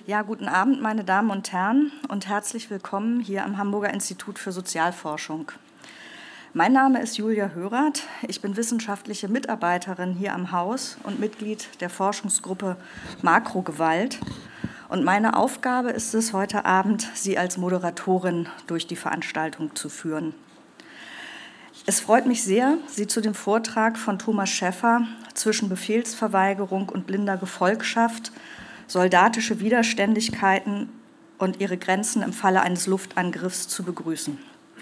Ja, guten Abend, meine Damen und Herren, und herzlich willkommen hier am Hamburger Institut für Sozialforschung. Mein Name ist Julia Hörath. Ich bin wissenschaftliche Mitarbeiterin hier am Haus und Mitglied der Forschungsgruppe Makrogewalt. Und meine Aufgabe ist es, heute Abend Sie als Moderatorin durch die Veranstaltung zu führen. Es freut mich sehr, Sie zu dem Vortrag von Thomas Schäffer zwischen Befehlsverweigerung und blinder Gefolgschaft, soldatische Widerständigkeiten und ihre Grenzen im Falle eines Luftangriffs zu begrüßen.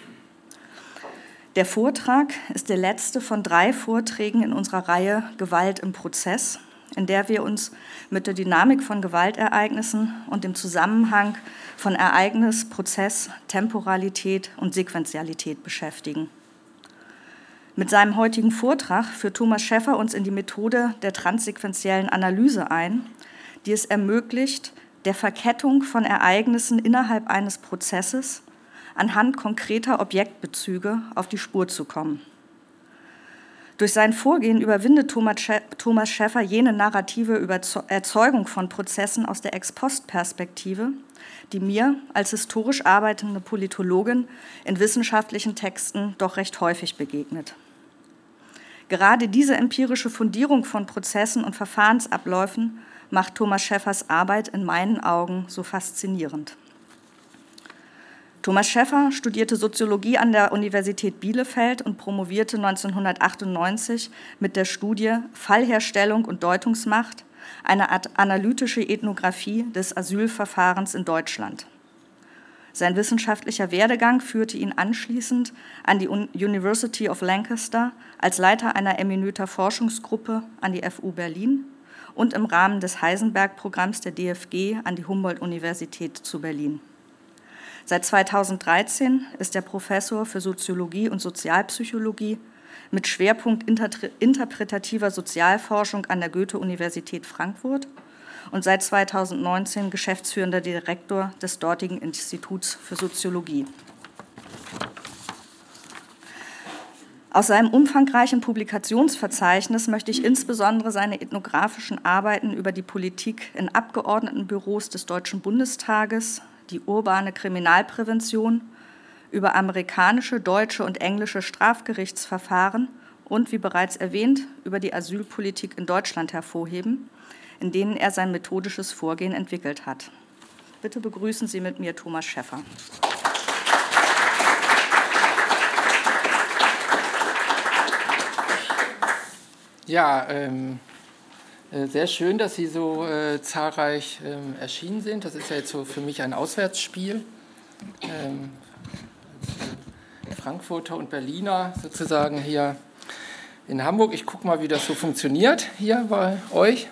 Der Vortrag ist der letzte von 3 Vorträgen in unserer Reihe Gewalt im Prozess, in der wir uns mit der Dynamik von Gewaltereignissen und dem Zusammenhang von Ereignis, Prozess, Temporalität und Sequentialität beschäftigen. Mit seinem heutigen Vortrag führt Thomas Schäffer uns in die Methode der transsequentiellen Analyse ein, die es ermöglicht, der Verkettung von Ereignissen innerhalb eines Prozesses anhand konkreter Objektbezüge auf die Spur zu kommen. Durch sein Vorgehen überwindet Thomas Schäffer jene narrative Erzeugung von Prozessen aus der Ex-Post-Perspektive, die mir als historisch arbeitende Politologin in wissenschaftlichen Texten doch recht häufig begegnet. Gerade diese empirische Fundierung von Prozessen und Verfahrensabläufen macht Thomas Schäffers Arbeit in meinen Augen so faszinierend. Thomas Schäffer studierte Soziologie an der Universität Bielefeld und promovierte 1998 mit der Studie Fallherstellung und Deutungsmacht, eine analytische Ethnographie des Asylverfahrens in Deutschland. Sein wissenschaftlicher Werdegang führte ihn anschließend an die University of Lancaster als Leiter einer eminenter Forschungsgruppe an die FU Berlin und im Rahmen des Heisenberg-Programms der DFG an die Humboldt-Universität zu Berlin. Seit 2013 ist er Professor für Soziologie und Sozialpsychologie mit Schwerpunkt interpretativer Sozialforschung an der Goethe-Universität Frankfurt und seit 2019 geschäftsführender Direktor des dortigen Instituts für Soziologie. Aus seinem umfangreichen Publikationsverzeichnis möchte ich insbesondere seine ethnografischen Arbeiten über die Politik in Abgeordnetenbüros des Deutschen Bundestages, die urbane Kriminalprävention, über amerikanische, deutsche und englische Strafgerichtsverfahren und, wie bereits erwähnt, über die Asylpolitik in Deutschland hervorheben, in denen er sein methodisches Vorgehen entwickelt hat. Bitte begrüßen Sie mit mir Thomas Schäffer. Ja, sehr schön, dass Sie so zahlreich erschienen sind. Das ist ja jetzt so für mich ein Auswärtsspiel. Frankfurter und Berliner sozusagen hier in Hamburg. Ich gucke mal, wie das so funktioniert hier bei euch.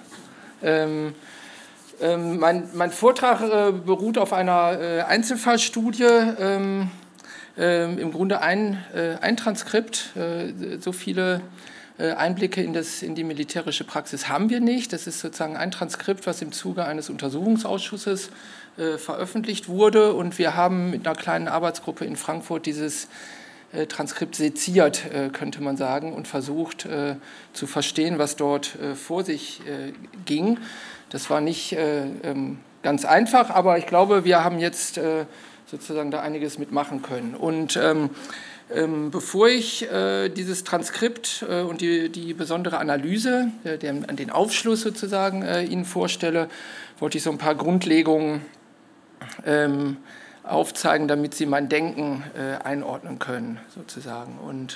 Mein Vortrag beruht auf einer Einzelfallstudie. Im Grunde ein Transkript, so viele Einblicke in die militärische Praxis haben wir nicht. Das ist sozusagen ein Transkript, was im Zuge eines Untersuchungsausschusses veröffentlicht wurde. Und wir haben mit einer kleinen Arbeitsgruppe in Frankfurt dieses Transkript seziert, könnte man sagen, und versucht zu verstehen, was dort vor sich ging. Das war nicht ganz einfach, aber ich glaube, wir haben jetzt sozusagen da einiges mitmachen können. Und bevor ich dieses Transkript und die besondere Analyse, den Aufschluss sozusagen Ihnen vorstelle, wollte ich so ein paar Grundlegungen aufzeigen, damit Sie mein Denken einordnen können, sozusagen. Und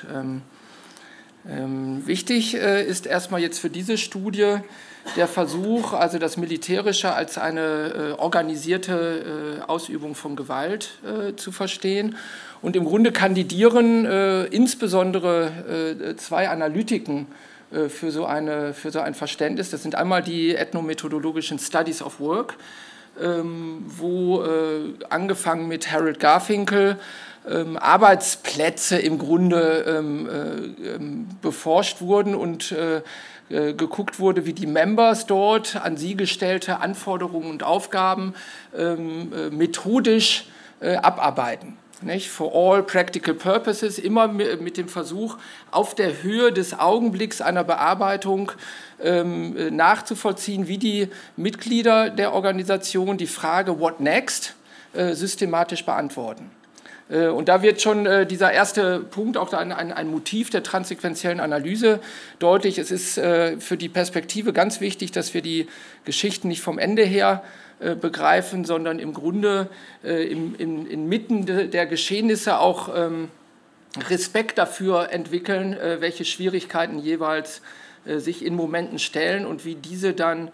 wichtig ist erstmal jetzt für diese Studie der Versuch, also das Militärische als eine organisierte Ausübung von Gewalt zu verstehen. Und im Grunde kandidieren insbesondere 2 Analytiken für so ein Verständnis. Das sind einmal die ethnomethodologischen Studies of Work, wo angefangen mit Harold Garfinkel Arbeitsplätze im Grunde beforscht wurden und geguckt wurde, wie die Members dort an sie gestellte Anforderungen und Aufgaben methodisch abarbeiten. nicht? For all practical purposes, immer mit dem Versuch, auf der Höhe des Augenblicks einer Bearbeitung nachzuvollziehen, wie die Mitglieder der Organisation die Frage What next systematisch beantworten. Und da wird schon dieser erste Punkt, auch ein Motiv der transsequenziellen Analyse deutlich. Es ist für die Perspektive ganz wichtig, dass wir die Geschichten nicht vom Ende her begreifen, sondern im Grunde inmitten der Geschehnisse auch Respekt dafür entwickeln, welche Schwierigkeiten jeweils sich in Momenten stellen und wie diese dann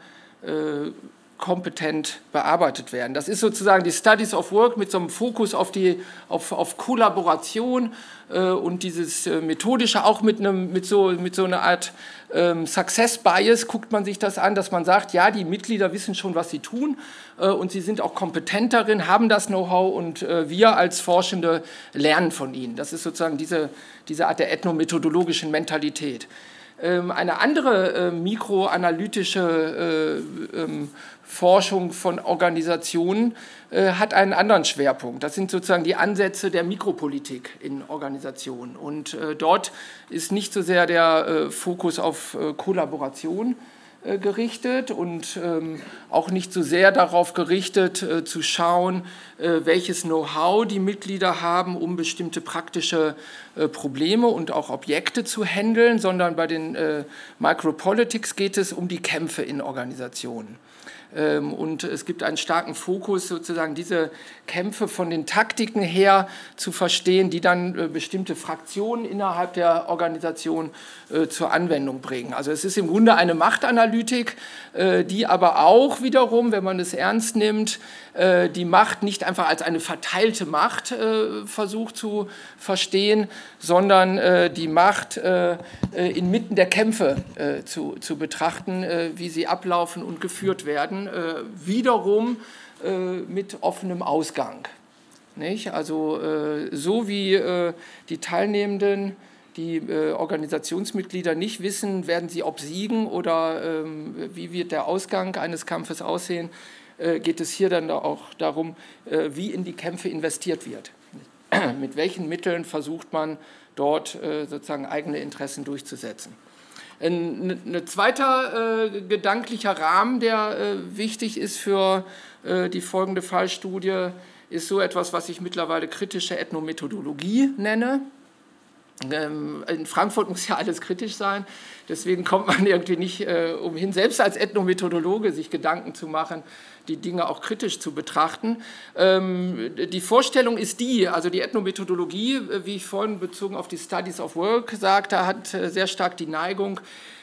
kompetent bearbeitet werden. Das ist sozusagen die Studies of Work mit so einem Fokus auf Kollaboration und dieses Methodische, auch mit so einer Art Success Bias guckt man sich das an, dass man sagt, ja, die Mitglieder wissen schon, was sie tun und sie sind auch kompetent darin, haben das Know-how und wir als Forschende lernen von ihnen. Das ist sozusagen diese Art der ethnomethodologischen Mentalität. Eine andere mikroanalytische Forschung von Organisationen hat einen anderen Schwerpunkt. Das sind sozusagen die Ansätze der Mikropolitik in Organisationen. Und dort ist nicht so sehr der Fokus auf Kollaboration gerichtet und auch nicht so sehr darauf gerichtet, zu schauen, welches Know-how die Mitglieder haben, um bestimmte praktische Probleme und auch Objekte zu handeln, sondern bei den Micropolitics geht es um die Kämpfe in Organisationen. Und es gibt einen starken Fokus, sozusagen diese Kämpfe von den Taktiken her zu verstehen, die dann bestimmte Fraktionen innerhalb der Organisation zur Anwendung bringen. Also es ist im Grunde eine Machtanalytik, die aber auch wiederum, wenn man es ernst nimmt, die Macht nicht einfach als eine verteilte Macht versucht zu verstehen, sondern die Macht inmitten der Kämpfe zu betrachten, wie sie ablaufen und geführt werden, wiederum mit offenem Ausgang. Nicht? Also so wie die Teilnehmenden, die Organisationsmitglieder nicht wissen, werden sie obsiegen oder wie wird der Ausgang eines Kampfes aussehen, geht es hier dann auch darum, wie in die Kämpfe investiert wird. Mit welchen Mitteln versucht man dort sozusagen eigene Interessen durchzusetzen. Ein zweiter gedanklicher Rahmen, der wichtig ist für die folgende Fallstudie, ist so etwas, was ich mittlerweile kritische Ethnomethodologie nenne. In Frankfurt muss ja alles kritisch sein, deswegen kommt man irgendwie nicht umhin, selbst als Ethnomethodologe sich Gedanken zu machen, die Dinge auch kritisch zu betrachten. Die Vorstellung ist also die Ethnomethodologie, wie ich vorhin bezogen auf die Studies of Work sagte, hat sehr stark die Neigung,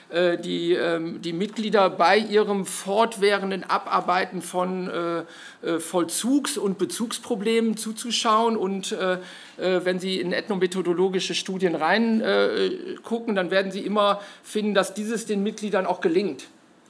die Mitglieder bei ihrem fortwährenden Abarbeiten von Vollzugs- und Bezugsproblemen zuzuschauen und wenn Sie in ethnomethodologische Studien reingucken, dann werden Sie immer finden, dass dieses den Mitgliedern auch gelingt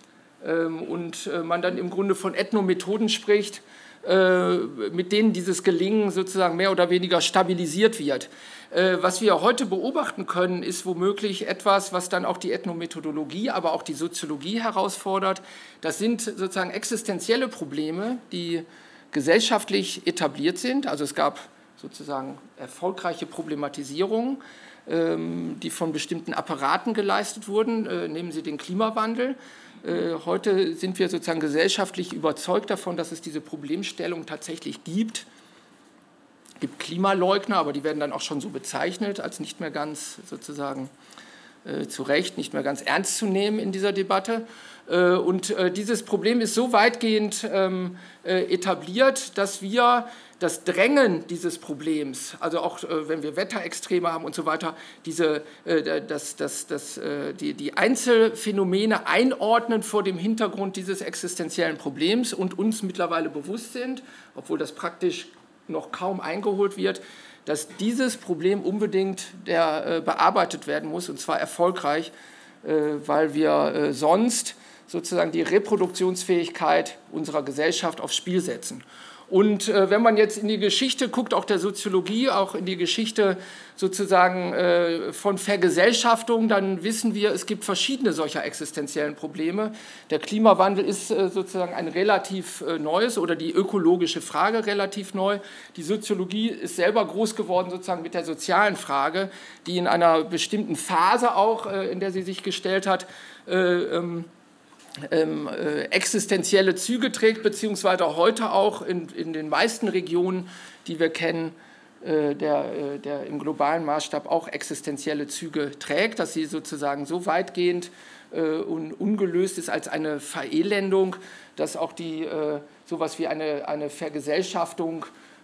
und man dann im Grunde von Ethnomethoden spricht, mit denen dieses Gelingen sozusagen mehr oder weniger stabilisiert wird. Was wir heute beobachten können, ist womöglich etwas, was dann auch die Ethnomethodologie, aber auch die Soziologie herausfordert. Das sind sozusagen existenzielle Probleme, die gesellschaftlich etabliert sind. Also es gab sozusagen erfolgreiche Problematisierungen, die von bestimmten Apparaten geleistet wurden. Nehmen Sie den Klimawandel. Heute sind wir sozusagen gesellschaftlich überzeugt davon, dass es diese Problemstellung tatsächlich gibt. Es gibt Klimaleugner, aber die werden dann auch schon so bezeichnet, als nicht mehr ganz sozusagen zu Recht, nicht mehr ganz ernst zu nehmen in dieser Debatte. Und dieses Problem ist so weitgehend etabliert, dass wir das Drängen dieses Problems, also auch wenn wir Wetterextreme haben und so weiter, die Einzelfänomene einordnen vor dem Hintergrund dieses existenziellen Problems und uns mittlerweile bewusst sind, obwohl das praktisch noch kaum eingeholt wird, dass dieses Problem unbedingt bearbeitet werden muss, und zwar erfolgreich, weil wir sonst sozusagen die Reproduktionsfähigkeit unserer Gesellschaft aufs Spiel setzen. Und wenn man jetzt in die Geschichte guckt, auch der Soziologie, auch in die Geschichte sozusagen von Vergesellschaftung, dann wissen wir, es gibt verschiedene solcher existenziellen Probleme. Der Klimawandel ist sozusagen ein relativ neues oder die ökologische Frage relativ neu. Die Soziologie ist selber groß geworden sozusagen mit der sozialen Frage, die in einer bestimmten Phase auch, in der sie sich gestellt hat, existenzielle Züge trägt, beziehungsweise heute auch in den meisten Regionen, die wir kennen, der im globalen Maßstab auch existenzielle Züge trägt, dass sie sozusagen so weitgehend und ungelöst ist als eine Verelendung, dass auch sowas wie eine Vergesellschaftung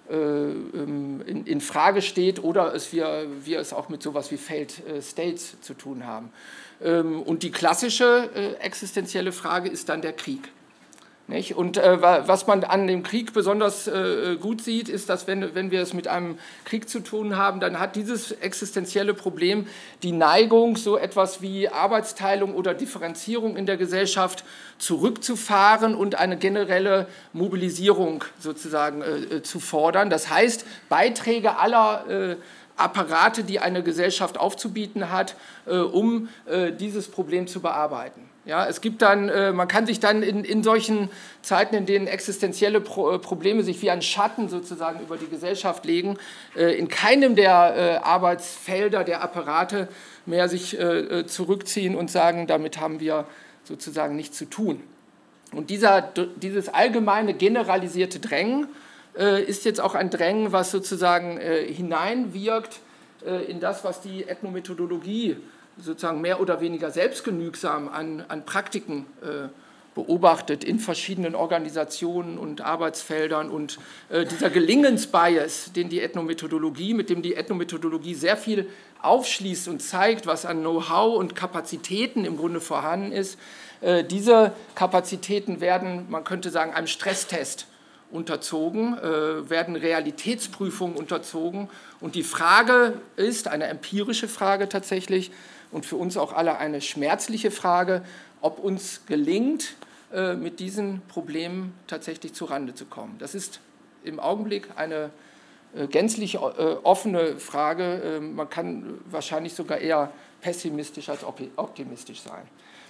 in Frage steht oder wir es auch mit sowas wie Failed States zu tun haben. Und die klassische existenzielle Frage ist dann der Krieg. Nicht? Und was man an dem Krieg besonders gut sieht, ist, dass wenn wir es mit einem Krieg zu tun haben, dann hat dieses existenzielle Problem die Neigung, so etwas wie Arbeitsteilung oder Differenzierung in der Gesellschaft zurückzufahren und eine generelle Mobilisierung sozusagen zu fordern. Das heißt, Beiträge aller Apparate, die eine Gesellschaft aufzubieten hat, um dieses Problem zu bearbeiten. Ja, es gibt dann, man kann sich dann in solchen Zeiten, in denen existenzielle Probleme sich wie ein Schatten sozusagen über die Gesellschaft legen, in keinem der Arbeitsfelder, der Apparate mehr sich zurückziehen und sagen, damit haben wir sozusagen nichts zu tun. Und dieses allgemeine generalisierte Drängen ist jetzt auch ein Drängen, was sozusagen hineinwirkt in das, was die Ethnomethodologie sozusagen mehr oder weniger selbstgenügsam an Praktiken beobachtet in verschiedenen Organisationen und Arbeitsfeldern. Und dieser Gelingensbias, mit dem die Ethnomethodologie sehr viel aufschließt und zeigt, was an Know-how und Kapazitäten im Grunde vorhanden ist, diese Kapazitäten werden, man könnte sagen, einem Stresstest unterzogen, werden Realitätsprüfungen unterzogen. Und die Frage ist, eine empirische Frage tatsächlich, und für uns auch alle eine schmerzliche Frage, ob uns gelingt, mit diesen Problemen tatsächlich zurande zu kommen. Das ist im Augenblick eine gänzlich offene Frage. Man kann wahrscheinlich sogar eher pessimistisch als optimistisch sein.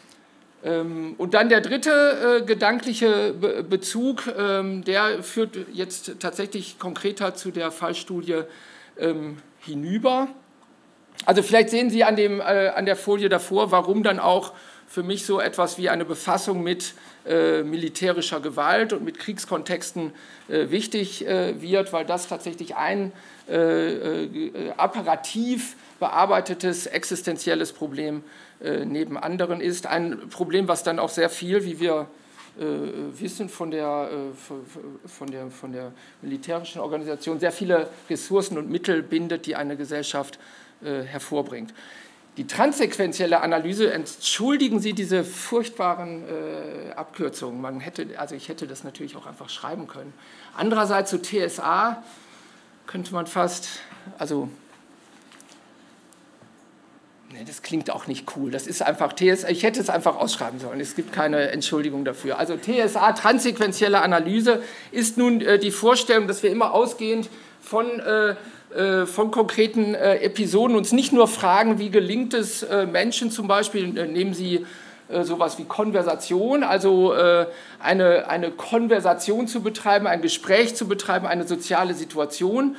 Und dann der dritte gedankliche Bezug, der führt jetzt tatsächlich konkreter zu der Fallstudie hinüber. Also vielleicht sehen Sie an der Folie davor, warum dann auch für mich so etwas wie eine Befassung mit militärischer Gewalt und mit Kriegskontexten wichtig wird, weil das tatsächlich ein apparativ bearbeitetes existenzielles Problem neben anderen ist. Ein Problem, was dann auch sehr viel, wie wir wissen von der militärischen Organisation, sehr viele Ressourcen und Mittel bindet, die eine Gesellschaft hervorbringt. Die transsequentielle Analyse, entschuldigen Sie diese furchtbaren Abkürzungen. Ich hätte das natürlich auch einfach schreiben können. Andererseits so TSA könnte man fast, das klingt auch nicht cool. Das ist einfach TSA, ich hätte es einfach ausschreiben sollen. Es gibt keine Entschuldigung dafür. Also TSA, transsequentielle Analyse, ist nun die Vorstellung, dass wir immer ausgehend von konkreten Episoden uns nicht nur fragen, wie gelingt es Menschen zum Beispiel, nehmen Sie sowas wie Konversation, also eine Konversation zu betreiben, ein Gespräch zu betreiben, eine soziale Situation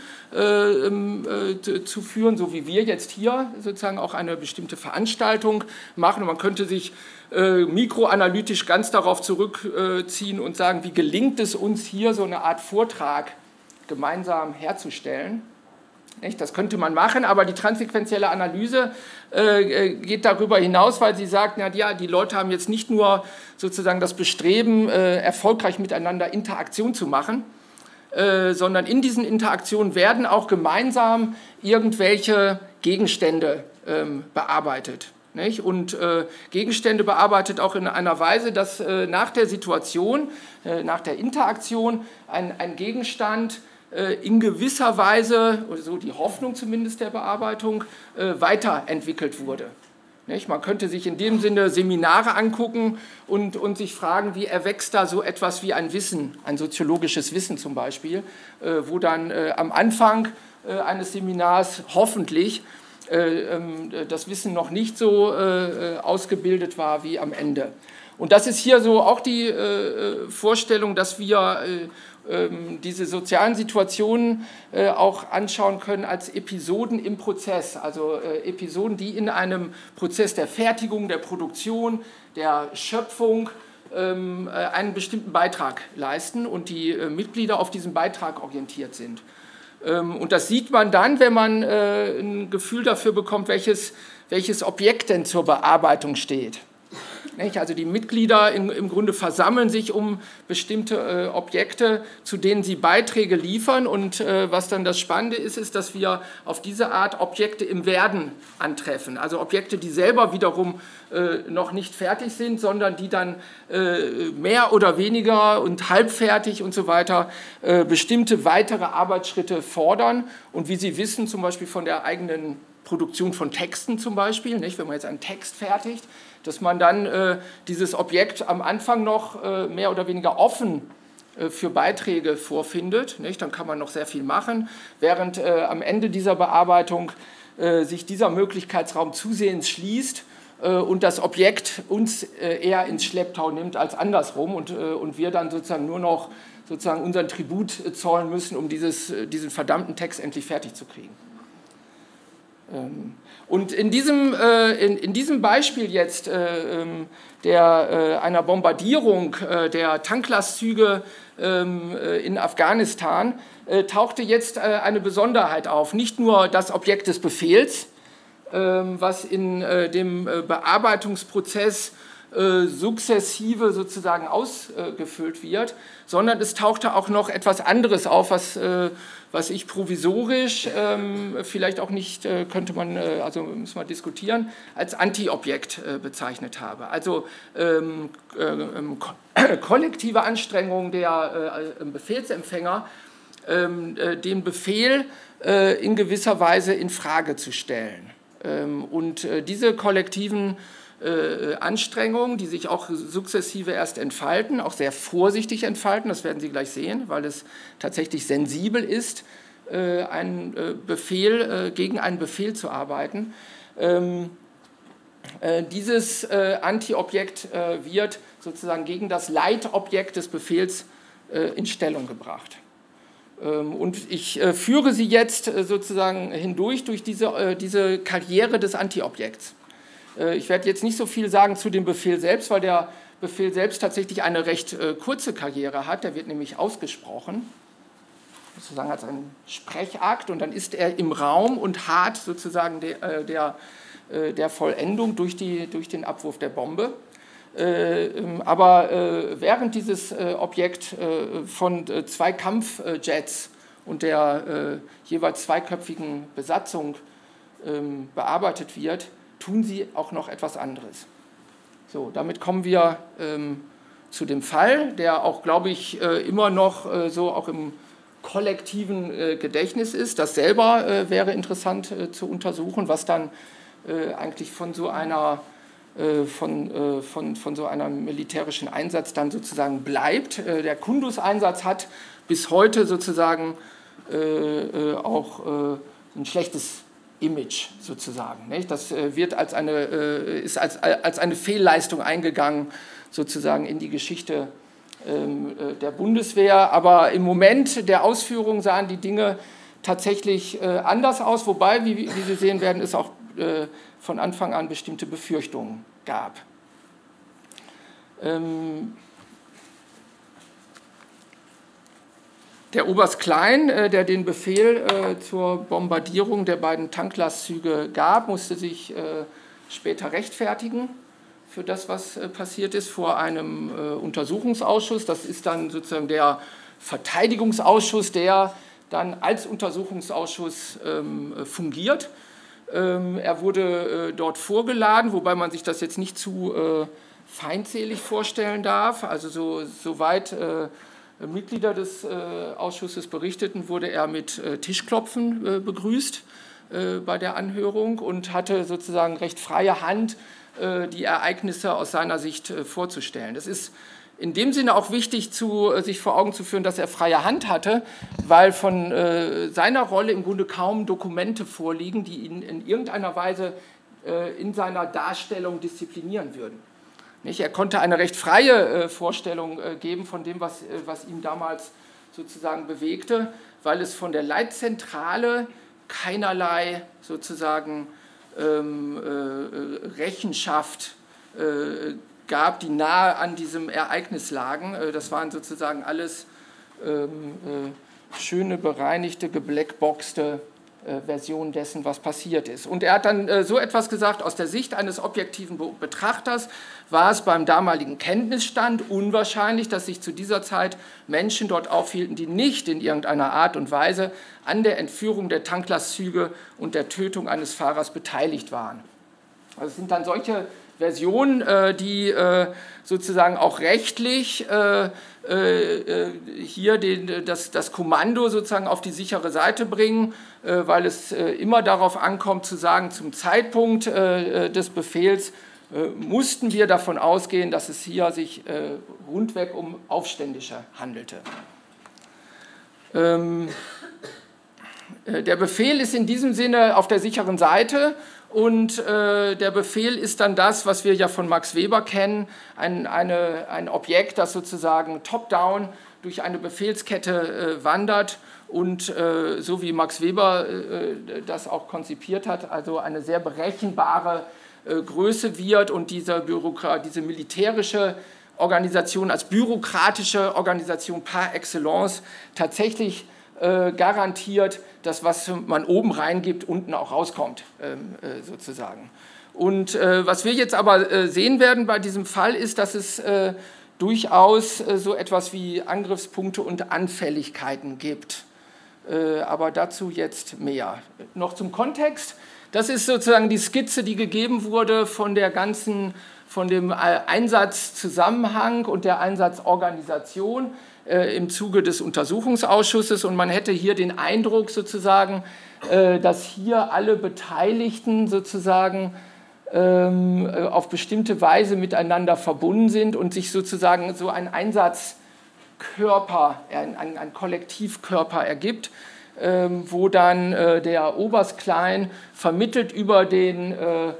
zu führen, so wie wir jetzt hier sozusagen auch eine bestimmte Veranstaltung machen. Und man könnte sich mikroanalytisch ganz darauf zurückziehen und sagen, wie gelingt es uns hier so eine Art Vortrag gemeinsam herzustellen. Das könnte man machen, aber die transsequentielle Analyse geht darüber hinaus, weil sie sagt, die Leute haben jetzt nicht nur sozusagen das Bestreben, erfolgreich miteinander Interaktion zu machen, sondern in diesen Interaktionen werden auch gemeinsam irgendwelche Gegenstände bearbeitet. Und Gegenstände bearbeitet auch in einer Weise, dass nach der Situation, nach der Interaktion ein Gegenstand in gewisser Weise, so die Hoffnung zumindest der Bearbeitung, weiterentwickelt wurde. Nicht? Man könnte sich in dem Sinne Seminare angucken und sich fragen, wie erwächst da so etwas wie ein Wissen, ein soziologisches Wissen zum Beispiel, wo dann am Anfang eines Seminars hoffentlich das Wissen noch nicht so ausgebildet war wie am Ende. Und das ist hier so auch die Vorstellung, dass wir diese sozialen Situationen auch anschauen können als Episoden im Prozess, also Episoden, die in einem Prozess der Fertigung, der Produktion, der Schöpfung einen bestimmten Beitrag leisten und die Mitglieder auf diesen Beitrag orientiert sind. Und das sieht man dann, wenn man ein Gefühl dafür bekommt, welches Objekt denn zur Bearbeitung steht. Also die Mitglieder im Grunde versammeln sich um bestimmte Objekte, zu denen sie Beiträge liefern. Und was dann das Spannende ist, ist, dass wir auf diese Art Objekte im Werden antreffen. Also Objekte, die selber wiederum noch nicht fertig sind, sondern die dann mehr oder weniger und halbfertig und so weiter bestimmte weitere Arbeitsschritte fordern. Und wie Sie wissen, zum Beispiel von der eigenen Produktion von Texten zum Beispiel, nicht? Wenn man jetzt einen Text fertigt, dass man dann dieses Objekt am Anfang noch mehr oder weniger offen für Beiträge vorfindet, nicht? Dann kann man noch sehr viel machen, während am Ende dieser Bearbeitung sich dieser Möglichkeitsraum zusehends schließt und das Objekt uns eher ins Schlepptau nimmt als andersrum und wir dann sozusagen nur noch sozusagen unseren Tribut zollen müssen, um diesen verdammten Text endlich fertig zu kriegen. Und in diesem Beispiel jetzt einer Bombardierung der Tanklastzüge in Afghanistan tauchte jetzt eine Besonderheit auf. Nicht nur das Objekt des Befehls, was in dem Bearbeitungsprozess sukzessive sozusagen ausgefüllt wird, sondern es tauchte auch noch etwas anderes auf, was ich provisorisch, vielleicht auch nicht, könnte man, also müssen wir diskutieren, als Anti-Objekt bezeichnet habe. Also kollektive Anstrengung der Befehlsempfänger, den Befehl in gewisser Weise in Frage zu stellen. Und diese kollektiven Anstrengungen, die sich auch sukzessive erst entfalten, auch sehr vorsichtig entfalten, das werden Sie gleich sehen, weil es tatsächlich sensibel ist, gegen einen Befehl zu arbeiten. Dieses Anti-Objekt wird sozusagen gegen das Leitobjekt des Befehls in Stellung gebracht. Und ich führe Sie jetzt sozusagen hindurch durch diese Karriere des Anti-Objekts. Ich werde jetzt nicht so viel sagen zu dem Befehl selbst, weil der Befehl selbst tatsächlich eine recht kurze Karriere hat. Der wird nämlich ausgesprochen, sozusagen als ein Sprechakt, und dann ist er im Raum und hart sozusagen der Vollendung durch den Abwurf der Bombe. Aber während dieses Objekt von 2 Kampfjets und der jeweils zweiköpfigen Besatzung bearbeitet wird, tun sie auch noch etwas anderes. So, damit kommen wir zu dem Fall, der auch, glaube ich, immer noch so auch im kollektiven Gedächtnis ist. Das selber wäre interessant zu untersuchen, was dann eigentlich von so einer militärischen Einsatz dann sozusagen bleibt. Der Kunduz-Einsatz hat bis heute sozusagen auch ein schlechtes Image sozusagen. Nicht? Das wird ist als eine Fehlleistung eingegangen sozusagen in die Geschichte der Bundeswehr. Aber im Moment der Ausführung sahen die Dinge tatsächlich anders aus, wobei, wie Sie sehen werden, es auch von Anfang an bestimmte Befürchtungen gab. Der Oberst Klein, der den Befehl zur Bombardierung der beiden Tanklastzüge gab, musste sich später rechtfertigen für das, was passiert ist, vor einem Untersuchungsausschuss. Das ist dann sozusagen der Verteidigungsausschuss, der dann als Untersuchungsausschuss fungiert. Er wurde dort vorgeladen, wobei man sich das jetzt nicht zu feindselig vorstellen darf. Also soweit Mitglieder des Ausschusses berichteten, wurde er mit Tischklopfen begrüßt. bei der Anhörung und hatte sozusagen recht freie Hand, die Ereignisse aus seiner Sicht vorzustellen. Das ist in dem Sinne auch wichtig, sich vor Augen zu führen, dass er freie Hand hatte, weil von seiner Rolle im Grunde kaum Dokumente vorliegen, die ihn in irgendeiner Weise in seiner Darstellung disziplinieren würden. Nicht? Er konnte eine recht freie Vorstellung geben von dem, was ihn damals sozusagen bewegte, weil es von der Leitzentrale keinerlei sozusagen Rechenschaft gab, die nahe an diesem Ereignis lagen. Das waren sozusagen alles schöne, bereinigte, geblackboxte Versionen dessen, was passiert ist. Und er hat dann so etwas gesagt: Aus der Sicht eines objektiven Betrachters war es beim damaligen Kenntnisstand unwahrscheinlich, dass sich zu dieser Zeit Menschen dort aufhielten, die nicht in irgendeiner Art und Weise an der Entführung der Tanklastzüge und der Tötung eines Fahrers beteiligt waren. Also es sind dann solche Versionen, die sozusagen auch rechtlich hier das Kommando sozusagen auf die sichere Seite bringen, weil es immer darauf ankommt zu sagen, zum Zeitpunkt des Befehls mussten wir davon ausgehen, dass es hier sich rundweg um Aufständische handelte. Der Befehl ist in diesem Sinne auf der sicheren Seite. Und der Befehl ist dann das, was wir ja von Max Weber kennen, ein Objekt, das sozusagen top-down durch eine Befehlskette wandert und so wie Max Weber das auch konzipiert hat, also eine sehr berechenbare Größe wird und diese militärische Organisation als bürokratische Organisation par excellence tatsächlich garantiert, dass was man oben reingibt, unten auch rauskommt, sozusagen. Und was wir jetzt aber sehen werden bei diesem Fall ist, dass es durchaus so etwas wie Angriffspunkte und Anfälligkeiten gibt. Aber dazu jetzt mehr. Noch zum Kontext. Das ist sozusagen die Skizze, die gegeben wurde von dem Einsatzzusammenhang und der Einsatzorganisation im Zuge des Untersuchungsausschusses. Und man hätte hier den Eindruck sozusagen, dass hier alle Beteiligten sozusagen auf bestimmte Weise miteinander verbunden sind und sich sozusagen so ein Einsatzkörper, ein Kollektivkörper ergibt, wo dann der Oberst Klein vermittelt über den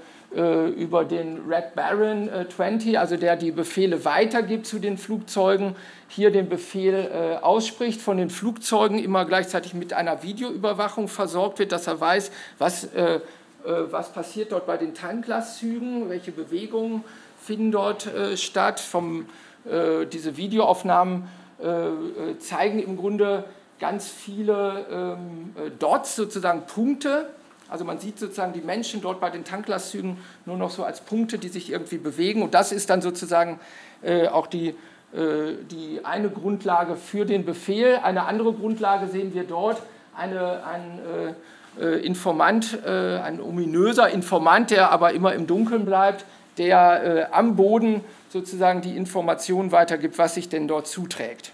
Red Baron 20, also der die Befehle weitergibt zu den Flugzeugen, hier den Befehl ausspricht, von den Flugzeugen immer gleichzeitig mit einer Videoüberwachung versorgt wird, dass er weiß, was passiert dort bei den Tanklastzügen, welche Bewegungen finden dort statt. Diese Videoaufnahmen zeigen im Grunde ganz viele Dots, sozusagen Punkte. Also man sieht sozusagen die Menschen dort bei den Tanklastzügen nur noch so als Punkte, die sich irgendwie bewegen. Und das ist dann sozusagen auch die eine Grundlage für den Befehl. Eine andere Grundlage sehen wir dort, ein Informant, ein ominöser Informant, der aber immer im Dunkeln bleibt, der am Boden sozusagen die Information weitergibt, was sich denn dort zuträgt.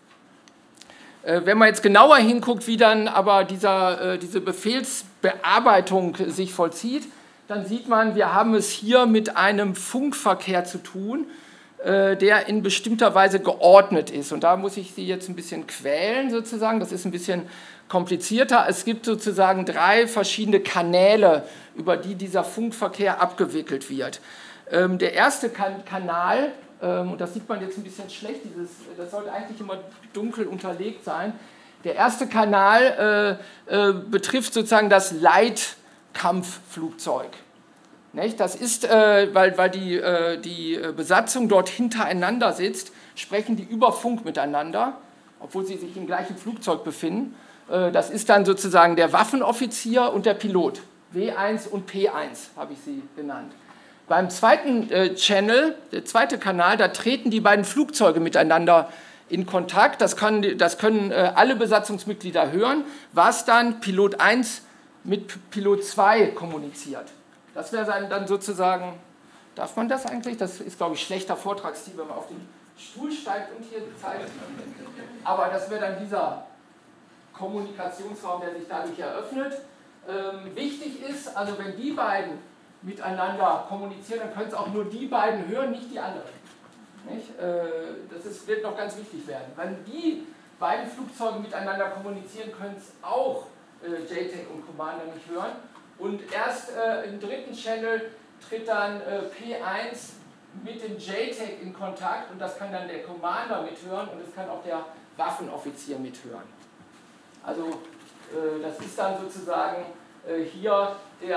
Wenn man jetzt genauer hinguckt, wie dann aber diese Befehlsbearbeitung sich vollzieht, dann sieht man, wir haben es hier mit einem Funkverkehr zu tun, der in bestimmter Weise geordnet ist. Und da muss ich Sie jetzt ein bisschen quälen sozusagen, das ist ein bisschen komplizierter. Es gibt sozusagen 3 verschiedene Kanäle, über die dieser Funkverkehr abgewickelt wird. Der erste Kanal, und das sieht man jetzt ein bisschen schlecht, das sollte eigentlich immer dunkel unterlegt sein. Der erste Kanal betrifft sozusagen das Leitkampfflugzeug. Das ist, weil die Besatzung dort hintereinander sitzt, sprechen die über Funk miteinander, obwohl sie sich im gleichen Flugzeug befinden. Das ist dann sozusagen der Waffenoffizier und der Pilot. W1 und P1 habe ich sie genannt. Beim zweiten Channel, der zweite Kanal, da treten die beiden Flugzeuge miteinander in Kontakt. Das können alle Besatzungsmitglieder hören, was dann Pilot 1 mit Pilot 2 kommuniziert. Das wäre dann sozusagen, darf man das eigentlich? Das ist, glaube ich, schlechter Vortragsstil, wenn man auf den Stuhl steigt und hier zeigt. Aber das wäre dann dieser Kommunikationsraum, der sich dadurch eröffnet. Wichtig ist, also wenn die beiden miteinander kommunizieren, dann können es auch nur die beiden hören, nicht die anderen. Nicht? Wird noch ganz wichtig werden. Wenn die beiden Flugzeuge miteinander kommunizieren, können es auch JTAG und Commander nicht hören. Und erst im dritten Channel tritt dann P1 mit dem JTAG in Kontakt und das kann dann der Commander mithören und es kann auch der Waffenoffizier mithören. Also das ist dann sozusagen hier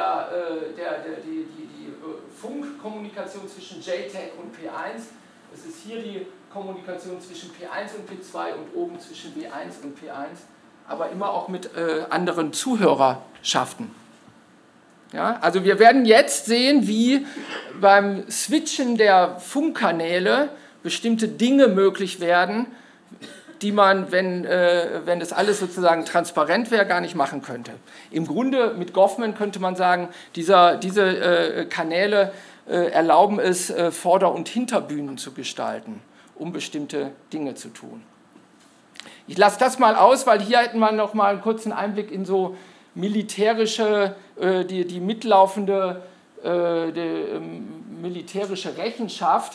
die Funkkommunikation zwischen JTAG und P1. Es ist hier die Kommunikation zwischen P1 und P2 und oben zwischen W1 und P1, aber immer auch mit anderen Zuhörerschaften. Ja, also wir werden jetzt sehen, wie beim Switchen der Funkkanäle bestimmte Dinge möglich werden, die man, wenn das alles sozusagen transparent wäre, gar nicht machen könnte. Im Grunde mit Goffman könnte man sagen, diese Kanäle erlauben es, Vorder- und Hinterbühnen zu gestalten, um bestimmte Dinge zu tun. Ich lasse das mal aus, weil hier hätten wir noch mal einen kurzen Einblick in so militärische, die mitlaufende militärische Rechenschaft,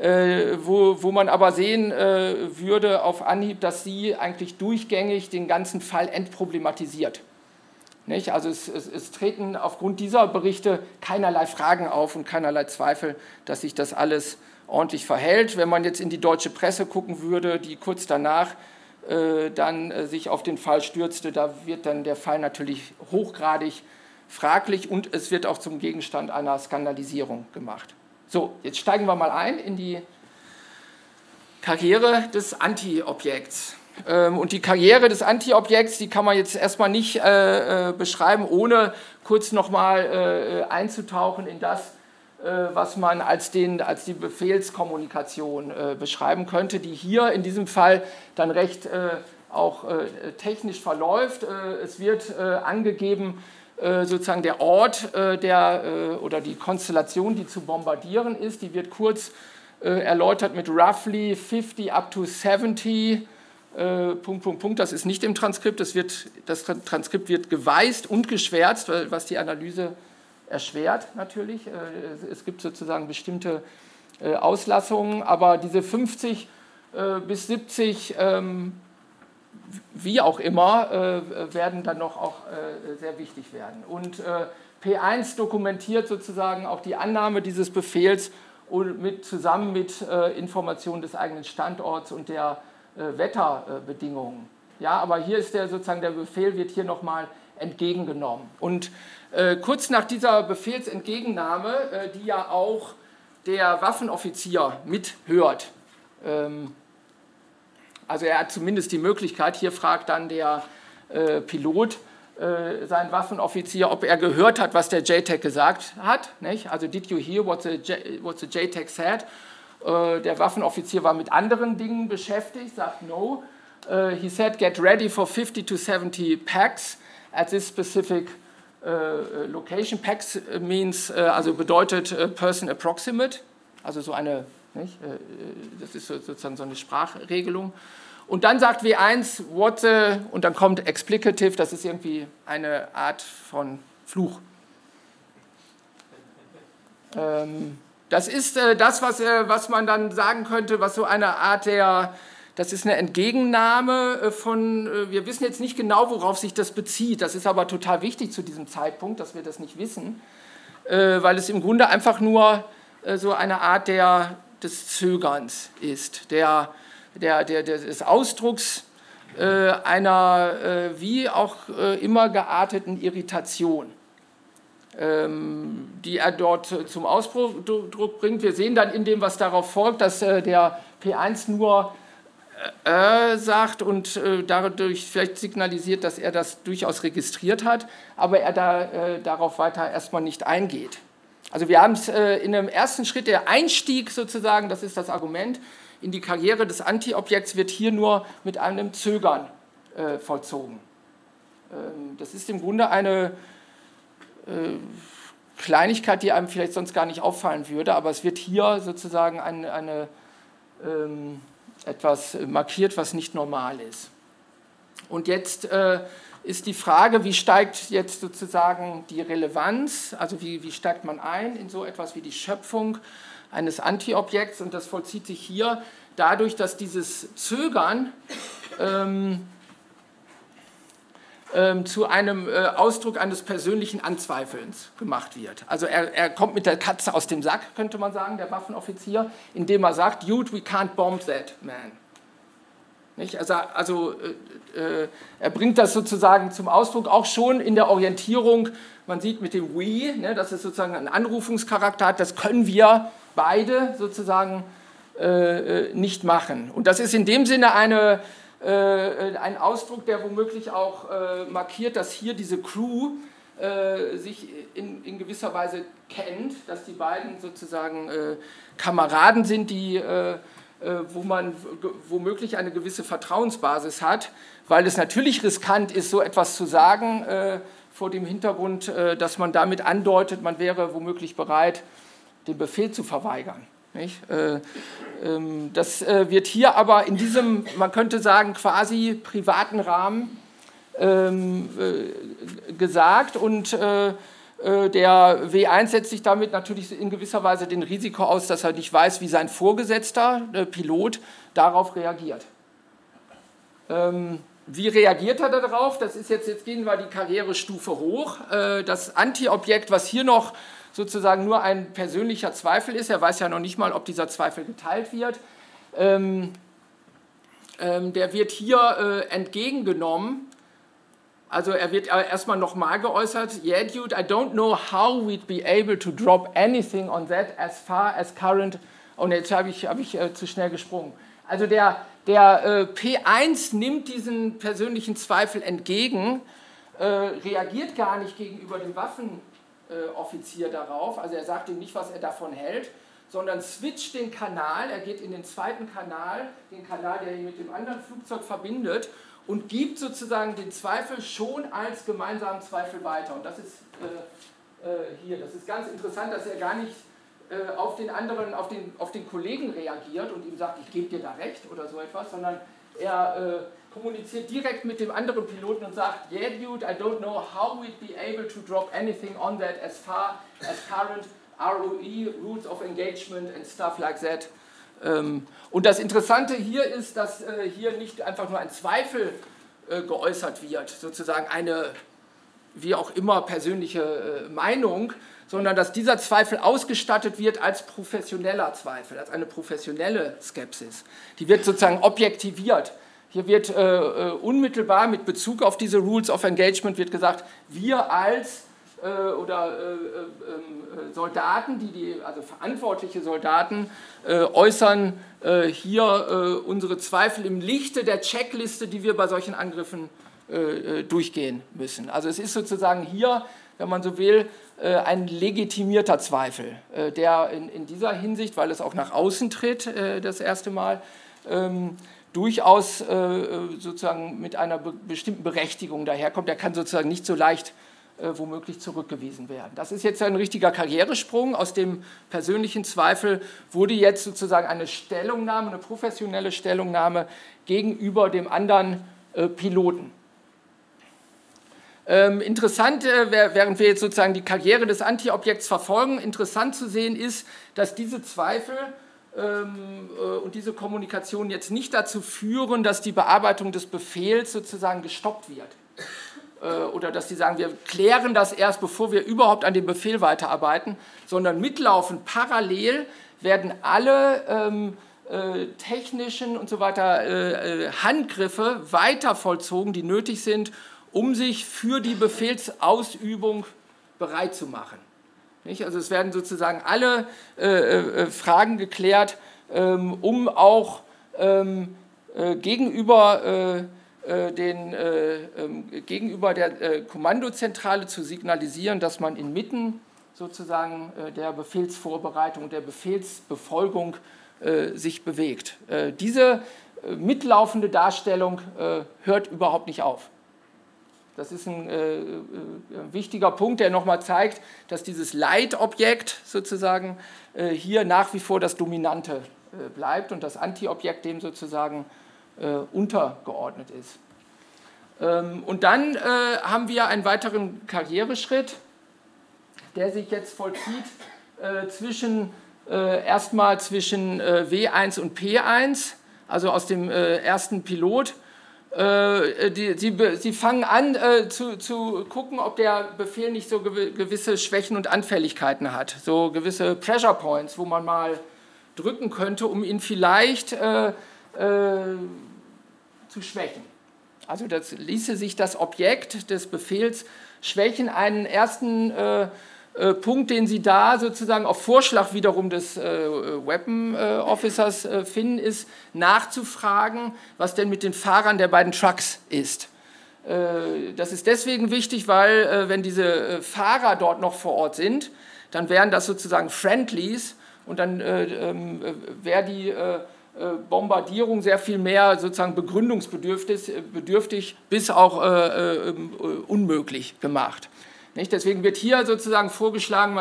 wo man aber sehen würde auf Anhieb, dass sie eigentlich durchgängig den ganzen Fall entproblematisiert. Nicht? Also es treten aufgrund dieser Berichte keinerlei Fragen auf und keinerlei Zweifel, dass sich das alles ordentlich verhält. Wenn man jetzt in die deutsche Presse gucken würde, die kurz danach dann sich auf den Fall stürzte, da wird dann der Fall natürlich hochgradig fraglich und es wird auch zum Gegenstand einer Skandalisierung gemacht. So, jetzt steigen wir mal ein in die Karriere des Anti-Objekts. Und die Karriere des Anti-Objekts, die kann man jetzt erstmal nicht beschreiben, ohne kurz nochmal einzutauchen in das, was man als die Befehlskommunikation beschreiben könnte, die hier in diesem Fall dann recht auch technisch verläuft. Es wird angegeben, sozusagen der Ort oder die Konstellation, die zu bombardieren ist, die wird kurz erläutert mit roughly 50 up to 70, ... Das ist nicht im Transkript, das Transkript wird geweißt und geschwärzt, was die Analyse erschwert natürlich. Es gibt sozusagen bestimmte Auslassungen, aber diese 50 bis 70, wie auch immer, werden dann noch auch sehr wichtig werden. Und P1 dokumentiert sozusagen auch die Annahme dieses Befehls zusammen mit Informationen des eigenen Standorts und der Wetterbedingungen. Ja, aber hier ist der Befehl wird hier nochmal entgegengenommen. Und kurz nach dieser Befehlsentgegennahme, die ja auch der Waffenoffizier mithört, also er hat zumindest die Möglichkeit, hier fragt dann der Pilot seinen Waffenoffizier, ob er gehört hat, was der JTAG gesagt hat. Nicht? Also, did you hear what the JTAG said? Der Waffenoffizier war mit anderen Dingen beschäftigt, sagt no. He said, get ready for 50 to 70 packs at this specific location. Packs means, also bedeutet person approximate, also so eine, nicht? Das ist sozusagen so eine Sprachregelung. Und dann sagt W1, und dann kommt explicative, das ist irgendwie eine Art von Fluch. Das ist das, was man dann sagen könnte, was so eine Art das ist eine Entgegennahme von, wir wissen jetzt nicht genau, worauf sich das bezieht, das ist aber total wichtig zu diesem Zeitpunkt, dass wir das nicht wissen, weil es im Grunde einfach nur so eine Art des Zögerns ist, des Ausdrucks einer wie auch immer gearteten Irritation, die er dort zum Ausdruck bringt. Wir sehen dann in dem, was darauf folgt, dass der P1 nur sagt und dadurch vielleicht signalisiert, dass er das durchaus registriert hat, aber er darauf weiter erstmal nicht eingeht. Also wir haben es in einem ersten Schritt, der Einstieg sozusagen, das ist das Argument, in die Karriere des Anti-Objekts wird hier nur mit einem Zögern vollzogen. Das ist im Grunde eine Kleinigkeit, die einem vielleicht sonst gar nicht auffallen würde, aber es wird hier sozusagen etwas markiert, was nicht normal ist. Und jetzt ist die Frage, wie steigt jetzt sozusagen die Relevanz, also wie steigt man ein in so etwas wie die Schöpfung eines Antiobjekts, und das vollzieht sich hier dadurch, dass dieses Zögern zu einem Ausdruck eines persönlichen Anzweifelns gemacht wird. Also er kommt mit der Katze aus dem Sack, könnte man sagen, der Waffenoffizier, indem er sagt, "Dude, we can't bomb that man." Nicht? Also er bringt das sozusagen zum Ausdruck, auch schon in der Orientierung. Man sieht mit dem "we", ne, dass es sozusagen einen Anrufungscharakter hat, das können wir beide sozusagen nicht machen. Und das ist in dem Sinne ein Ausdruck, der womöglich auch markiert, dass hier diese Crew sich in gewisser Weise kennt, dass die beiden sozusagen Kameraden sind, wo man womöglich eine gewisse Vertrauensbasis hat, weil es natürlich riskant ist, so etwas zu sagen, vor dem Hintergrund, dass man damit andeutet, man wäre womöglich bereit, den Befehl zu verweigern. Nicht? Das wird hier aber in diesem, man könnte sagen, quasi privaten Rahmen gesagt, und der W1 setzt sich damit natürlich in gewisser Weise den Risiko aus, dass er nicht weiß, wie sein Vorgesetzter, Pilot, darauf reagiert. Wie reagiert er darauf? Das ist jetzt gehen wir die Karrierestufe hoch. Das Antiobjekt, was hier noch sozusagen nur ein persönlicher Zweifel ist, er weiß ja noch nicht mal, ob dieser Zweifel geteilt wird, der wird hier entgegengenommen. Also er wird erstmal nochmal geäußert, "Yeah, dude, I don't know how we'd be able to drop anything on that as far as current..." Und jetzt habe ich zu schnell gesprungen. Also der P1 nimmt diesen persönlichen Zweifel entgegen, reagiert gar nicht gegenüber dem Waffenoffizier darauf, also er sagt ihm nicht, was er davon hält, sondern switcht den Kanal, er geht in den zweiten Kanal, den Kanal, der ihn mit dem anderen Flugzeug verbindet, und gibt sozusagen den Zweifel schon als gemeinsamen Zweifel weiter. Und das ist hier, das ist ganz interessant, dass er gar nicht auf den anderen, auf den Kollegen reagiert und ihm sagt, ich gebe dir da recht oder so etwas, sondern er kommuniziert direkt mit dem anderen Piloten und sagt, "Yeah, dude, I don't know how we'd be able to drop anything on that as far as current ROE, Rules of Engagement and stuff like that." Und das Interessante hier ist, dass hier nicht einfach nur ein Zweifel geäußert wird, sozusagen eine, wie auch immer, persönliche Meinung, sondern dass dieser Zweifel ausgestattet wird als professioneller Zweifel, als eine professionelle Skepsis. Die wird sozusagen objektiviert. Hier wird unmittelbar mit Bezug auf diese Rules of Engagement wird gesagt, wir als Soldaten, also verantwortliche Soldaten, äußern hier unsere Zweifel im Lichte der Checkliste, die wir bei solchen Angriffen durchgehen müssen. Also es ist sozusagen hier, wenn man so will, ein legitimierter Zweifel, der in dieser Hinsicht, weil es auch nach außen tritt, das erste Mal, durchaus sozusagen mit einer bestimmten Berechtigung daherkommt. Der kann sozusagen nicht so leicht womöglich zurückgewiesen werden. Das ist jetzt ein richtiger Karrieresprung. Aus dem persönlichen Zweifel wurde jetzt sozusagen eine Stellungnahme, eine professionelle Stellungnahme gegenüber dem anderen Piloten. Interessant, während wir jetzt sozusagen die Karriere des Antiobjekts verfolgen, interessant zu sehen ist, dass diese Zweifel und diese Kommunikation jetzt nicht dazu führen, dass die Bearbeitung des Befehls sozusagen gestoppt wird. Oder dass sie sagen, wir klären das erst, bevor wir überhaupt an dem Befehl weiterarbeiten, sondern mitlaufend parallel werden alle technischen und so weiter Handgriffe weiter vollzogen, die nötig sind, um sich für die Befehlsausübung bereit zu machen. Nicht? Also es werden sozusagen alle Fragen geklärt, um auch gegenüber der Kommandozentrale zu signalisieren, dass man inmitten sozusagen der Befehlsvorbereitung, der Befehlsbefolgung sich bewegt. Diese mitlaufende Darstellung hört überhaupt nicht auf. Das ist ein wichtiger Punkt, der nochmal zeigt, dass dieses Leitobjekt sozusagen hier nach wie vor das Dominante bleibt und das Antiobjekt dem sozusagen untergeordnet ist. Und dann haben wir einen weiteren Karriereschritt, der sich jetzt vollzieht erstmal zwischen W1 und P1, also aus dem ersten Pilot. Sie fangen an zu gucken, ob der Befehl nicht so gewisse Schwächen und Anfälligkeiten hat, so gewisse Pressure Points, wo man mal drücken könnte, um ihn vielleicht zu schwächen. Also das ließe sich das Objekt des Befehls schwächen. Einen ersten Punkt, den Sie da sozusagen auf Vorschlag wiederum des Weapon Officers finden, ist nachzufragen, was denn mit den Fahrern der beiden Trucks ist. Das ist deswegen wichtig, weil wenn diese Fahrer dort noch vor Ort sind, dann wären das sozusagen Friendlies und dann wäre die Bombardierung sehr viel mehr sozusagen begründungsbedürftig bis auch unmöglich gemacht. Nicht? Deswegen wird hier sozusagen vorgeschlagen,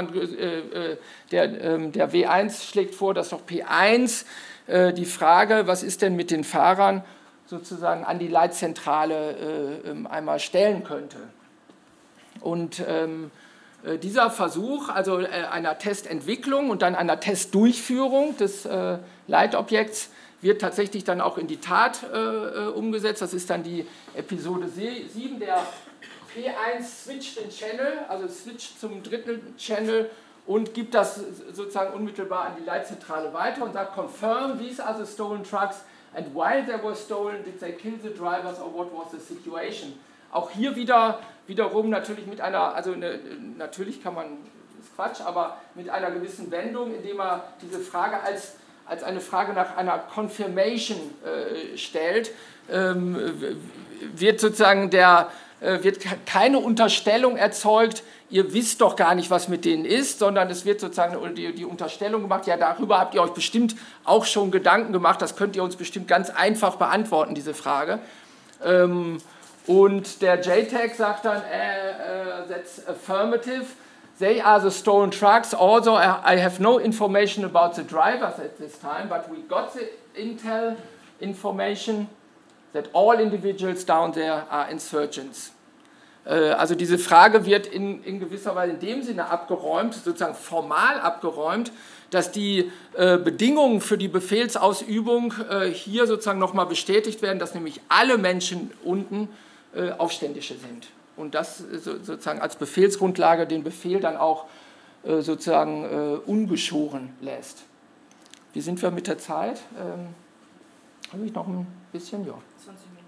der W1 schlägt vor, dass doch P1 die Frage, was ist denn mit den Fahrern, sozusagen an die Leitzentrale einmal stellen könnte. Und dieser Versuch, also einer Testentwicklung und dann einer Testdurchführung des Leitobjekts, wird tatsächlich dann auch in die Tat umgesetzt. Das ist dann die Episode 7, der P1 switcht den Channel, also switcht zum dritten Channel und gibt das sozusagen unmittelbar an die Leitzentrale weiter und sagt, confirm, these are the stolen trucks and while they were stolen, did they kill the drivers or what was the situation? Auch hier wiederum natürlich mit einer, also natürlich kann man, ist Quatsch, aber mit einer gewissen Wendung, indem er diese Frage als eine Frage nach einer Confirmation stellt, wird sozusagen wird keine Unterstellung erzeugt, ihr wisst doch gar nicht, was mit denen ist, sondern es wird sozusagen die Unterstellung gemacht, ja, darüber habt ihr euch bestimmt auch schon Gedanken gemacht, das könnt ihr uns bestimmt ganz einfach beantworten, diese Frage. Und der JTAG sagt dann, that's affirmative, they are the stolen trucks, also I have no information about the drivers at this time, but we got the intel information that all individuals down there are insurgents. Also diese Frage wird in gewisser Weise in dem Sinne abgeräumt, sozusagen formal abgeräumt, dass die Bedingungen für die Befehlsausübung hier sozusagen nochmal bestätigt werden, dass nämlich alle Menschen unten Aufständische sind. Und das sozusagen als Befehlsgrundlage den Befehl dann auch sozusagen ungeschoren lässt. Wie sind wir mit der Zeit? Habe ich noch ein bisschen? Ja. 20 Minuten.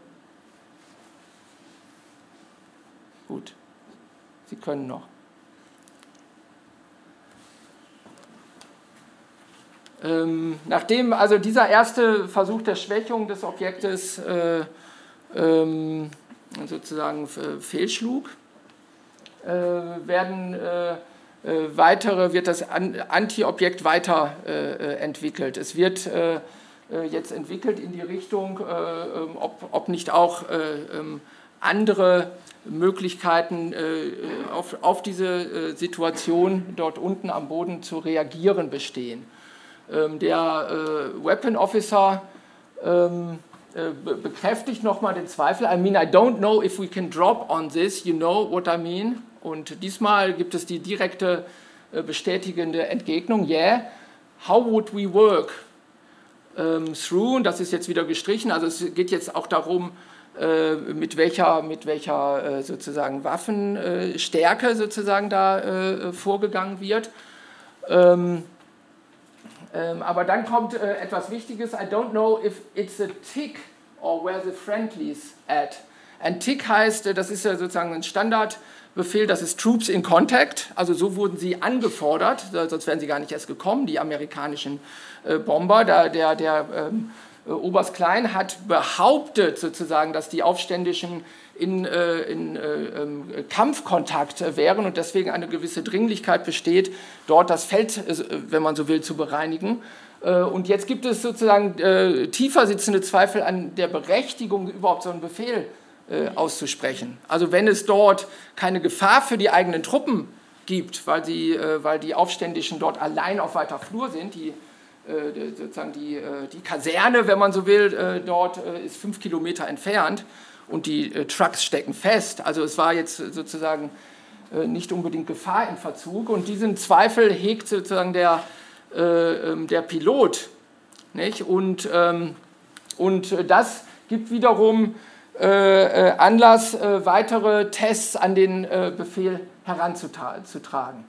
Gut, Sie können noch. Nachdem also dieser erste Versuch der Schwächung des Objektes sozusagen fehlschlug, wird das Anti-Objekt weiterentwickelt. Es wird jetzt entwickelt in die Richtung, ob nicht auch andere Möglichkeiten auf diese Situation dort unten am Boden zu reagieren bestehen. Der Weapon Officer bekräftigt nochmal den Zweifel. I mean, I don't know if we can drop on this, you know what I mean. Und diesmal gibt es die direkte bestätigende Entgegnung. Yeah, how would we work through? Und das ist jetzt wieder gestrichen. Also es geht jetzt auch darum, mit welcher sozusagen Waffenstärke sozusagen da vorgegangen wird. Aber dann kommt etwas Wichtiges. I don't know if it's a tick or where the friendlies at. Ein Tick heißt, das ist ja sozusagen ein Standardbefehl, das ist Troops in Contact. Also so wurden sie angefordert, sonst wären sie gar nicht erst gekommen, die amerikanischen Bomber. Der Oberst Klein hat behauptet sozusagen, dass die Aufständischen in Kampfkontakt wären und deswegen eine gewisse Dringlichkeit besteht, dort das Feld, wenn man so will, zu bereinigen. Und jetzt gibt es sozusagen tiefer sitzende Zweifel an der Berechtigung, überhaupt so einen Befehl auszusprechen. Also wenn es dort keine Gefahr für die eigenen Truppen gibt, weil die Aufständischen dort allein auf weiter Flur sind, die sozusagen die Kaserne, wenn man so will, dort ist 5 Kilometer entfernt und die Trucks stecken fest. Also es war jetzt sozusagen nicht unbedingt Gefahr im Verzug und diesen Zweifel hegt sozusagen der Pilot. Nicht? Und das gibt wiederum Anlass, weitere Tests an den Befehl heranzutragen.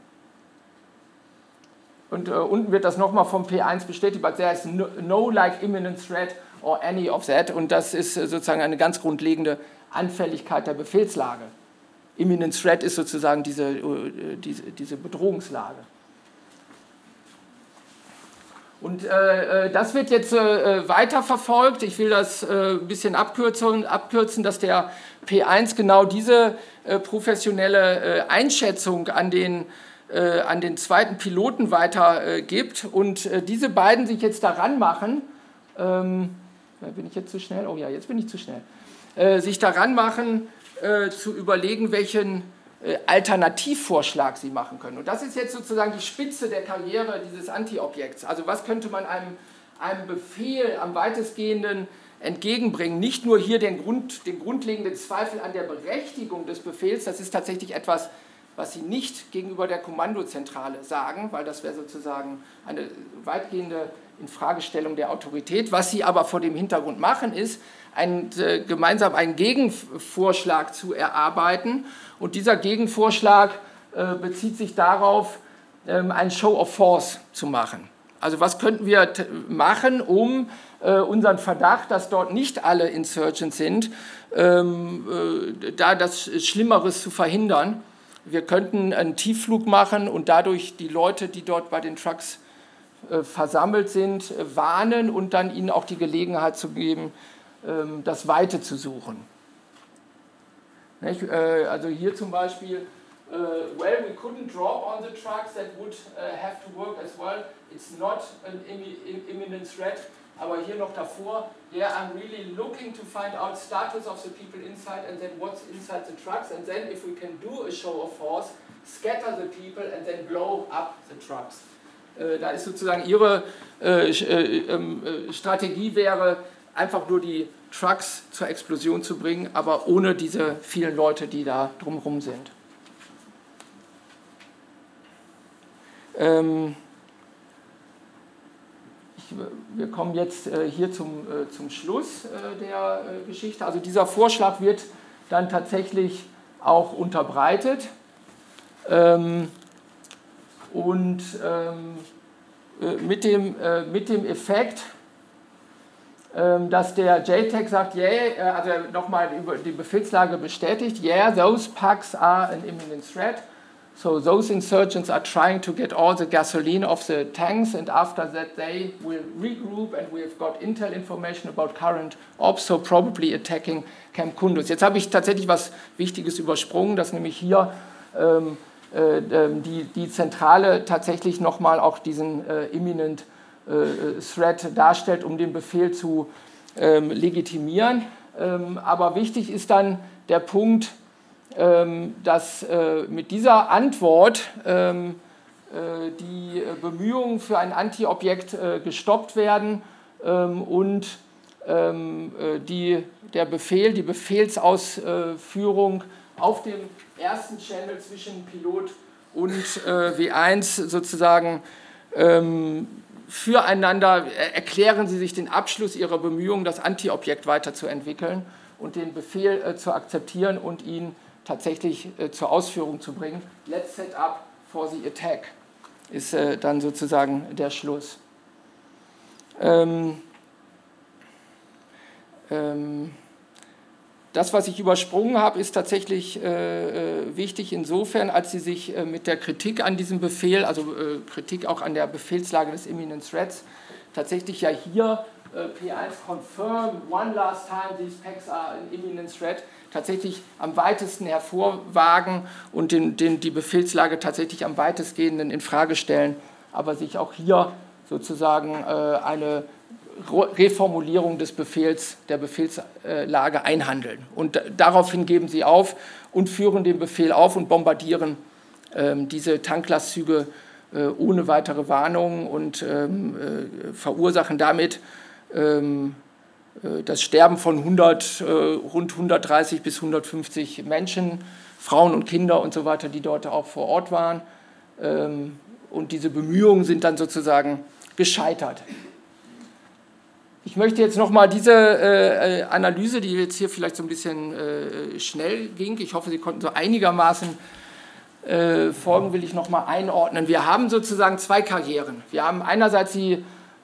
Und unten wird das nochmal vom P1 bestätigt, but there is no like imminent threat or any of that. Und das ist sozusagen eine ganz grundlegende Anfälligkeit der Befehlslage. Imminent threat ist sozusagen diese Bedrohungslage. Und das wird jetzt weiterverfolgt. Ich will das ein bisschen abkürzen, dass der P1 genau diese professionelle Einschätzung an den zweiten Piloten weitergibt. Und diese beiden sich jetzt daran machen, bin ich jetzt zu schnell? Oh ja, jetzt bin ich zu schnell. Sich daran machen, zu überlegen, welchen Alternativvorschlag sie machen können. Und das ist jetzt sozusagen die Spitze der Karriere dieses Anti-Objekts. Also was könnte man einem Befehl am weitestgehenden entgegenbringen? Nicht nur hier den grundlegenden Zweifel an der Berechtigung des Befehls, das ist tatsächlich etwas, was sie nicht gegenüber der Kommandozentrale sagen, weil das wäre sozusagen eine weitgehende Infragestellung der Autorität. Was sie aber vor dem Hintergrund machen, ist, gemeinsam einen Gegenvorschlag zu erarbeiten. Und dieser Gegenvorschlag bezieht sich darauf, ein Show of Force zu machen. Also was könnten wir machen, um unseren Verdacht, dass dort nicht alle Insurgents sind, da das Schlimmeres zu verhindern. Wir könnten einen Tiefflug machen und dadurch die Leute, die dort bei den Trucks versammelt sind, warnen und dann ihnen auch die Gelegenheit zu geben, das Weite zu suchen. Also hier zum Beispiel, well, we couldn't drop on the trucks, that would have to work as well. It's not an imminent threat. Aber hier noch davor, yeah, I'm really looking to find out status of the people inside and then what's inside the trucks. And then if we can do a show of force, scatter the people and then blow up the trucks. Da ist sozusagen ihre Strategie wäre, einfach nur die Trucks zur Explosion zu bringen, aber ohne diese vielen Leute, die da drumherum sind. Wir kommen jetzt hier zum Schluss der Geschichte. Also dieser Vorschlag wird dann tatsächlich auch unterbreitet und mit dem Effekt, dass der JTAG sagt, yeah, also nochmal über die Befehlslage bestätigt, yeah, those pucks are an imminent threat. So those insurgents are trying to get all the gasoline off the tanks and after that they will regroup and we have got intel information about current ops, so probably attacking Camp Kunduz. Jetzt habe ich tatsächlich was Wichtiges übersprungen, dass nämlich hier die Zentrale tatsächlich nochmal auch diesen imminent Threat darstellt, um den Befehl zu legitimieren. Aber wichtig ist dann der Punkt, dass mit dieser Antwort die Bemühungen für ein Anti-Objekt gestoppt werden und die Befehlsausführung auf dem ersten Channel zwischen Pilot und W1 sozusagen füreinander erklären sie sich den Abschluss ihrer Bemühungen, das Anti-Objekt weiterzuentwickeln und den Befehl zu akzeptieren und ihn tatsächlich zur Ausführung zu bringen. Let's set up for the attack ist dann sozusagen der Schluss. Das, was ich übersprungen habe, ist tatsächlich wichtig insofern, als sie sich mit der Kritik an diesem Befehl, also Kritik auch an der Befehlslage des Imminent Threats, tatsächlich ja hier P1 confirm one last time these packs are an imminent threat, tatsächlich am weitesten hervorwagen und die Befehlslage tatsächlich am weitestgehenden in Frage stellen, aber sich auch hier sozusagen eine Reformulierung des Befehls, der Befehlslage einhandeln. Und daraufhin geben sie auf und führen den Befehl auf und bombardieren diese Tanklastzüge ohne weitere Warnung und verursachen damit das Sterben von rund 130 bis 150 Menschen, Frauen und Kinder und so weiter, die dort auch vor Ort waren. Und diese Bemühungen sind dann sozusagen gescheitert. Ich möchte jetzt nochmal diese Analyse, die jetzt hier vielleicht so ein bisschen schnell ging, ich hoffe, Sie konnten so einigermaßen folgen, will ich nochmal einordnen. Wir haben sozusagen zwei Karrieren. Wir haben einerseits die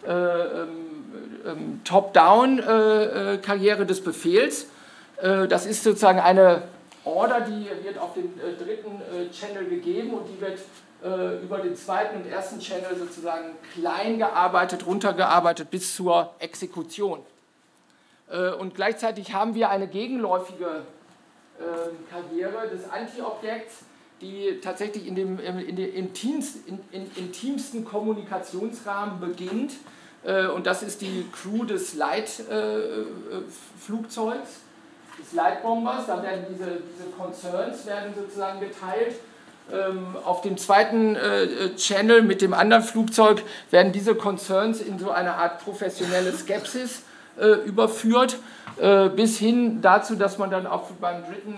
Top-Down-Karriere des Befehls. Das ist sozusagen eine Order, die wird auf den dritten Channel gegeben und die wird über den zweiten und ersten Channel sozusagen klein gearbeitet, runtergearbeitet bis zur Exekution. Und gleichzeitig haben wir eine gegenläufige Karriere des Anti-Objekts, die tatsächlich in dem intimsten Kommunikationsrahmen beginnt. Und das ist die Crew des Leitflugzeugs, des Leitbombers. Da werden diese Concerns werden sozusagen geteilt. Auf dem zweiten Channel mit dem anderen Flugzeug werden diese Concerns in so eine Art professionelle Skepsis überführt, bis hin dazu, dass man dann auch beim dritten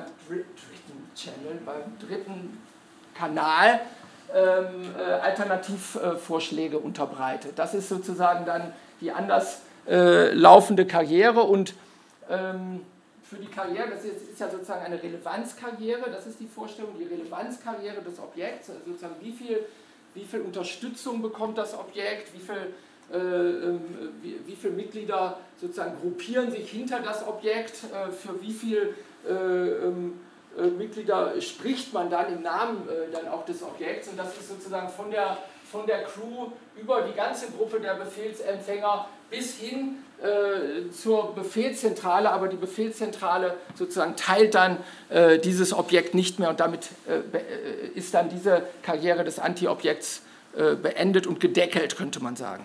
Kanal Alternativvorschläge unterbreitet. Das ist sozusagen dann die anders laufende Karriere und für die Karriere, das ist ja sozusagen eine Relevanzkarriere, das ist die Vorstellung, die Relevanzkarriere des Objekts, also sozusagen wie viel Unterstützung bekommt das Objekt, wie viele Mitglieder sozusagen gruppieren sich hinter das Objekt, für wie viele Mitglieder spricht man dann im Namen dann auch des Objekts, und das ist sozusagen von der Crew über die ganze Gruppe der Befehlsempfänger bis hin zur Befehlszentrale, aber die Befehlszentrale sozusagen teilt dann dieses Objekt nicht mehr und damit ist dann diese Karriere des Anti-Objekts beendet und gedeckelt, könnte man sagen.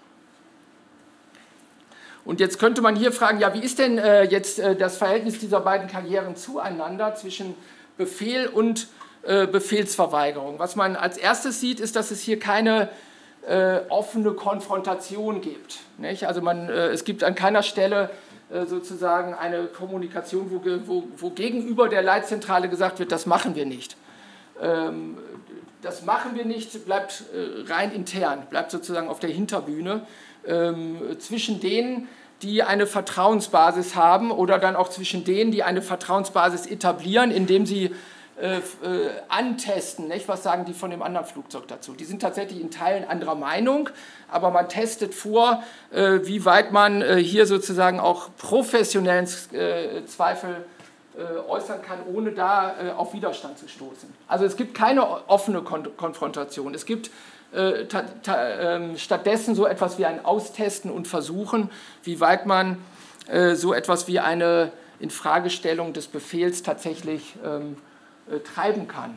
Und jetzt könnte man hier fragen, ja, wie ist denn jetzt das Verhältnis dieser beiden Karrieren zueinander zwischen Befehl und Befehlsverweigerung? Was man als erstes sieht, ist, dass es hier keine offene Konfrontation gibt. Nicht? Also es gibt an keiner Stelle sozusagen eine Kommunikation, wo gegenüber der Leitzentrale gesagt wird, das machen wir nicht. Das machen wir nicht, bleibt rein intern, bleibt sozusagen auf der Hinterbühne zwischen denen, die eine Vertrauensbasis haben oder dann auch zwischen denen, die eine Vertrauensbasis etablieren, indem sie antesten, nicht? Was sagen die von dem anderen Flugzeug dazu? Die sind tatsächlich in Teilen anderer Meinung, aber man testet vor, wie weit man hier sozusagen auch professionellen Zweifel äußern kann, ohne da auf Widerstand zu stoßen. Also es gibt keine offene Konfrontation. Es gibt stattdessen so etwas wie ein Austesten und Versuchen, wie weit man so etwas wie eine Infragestellung des Befehls tatsächlich treiben kann.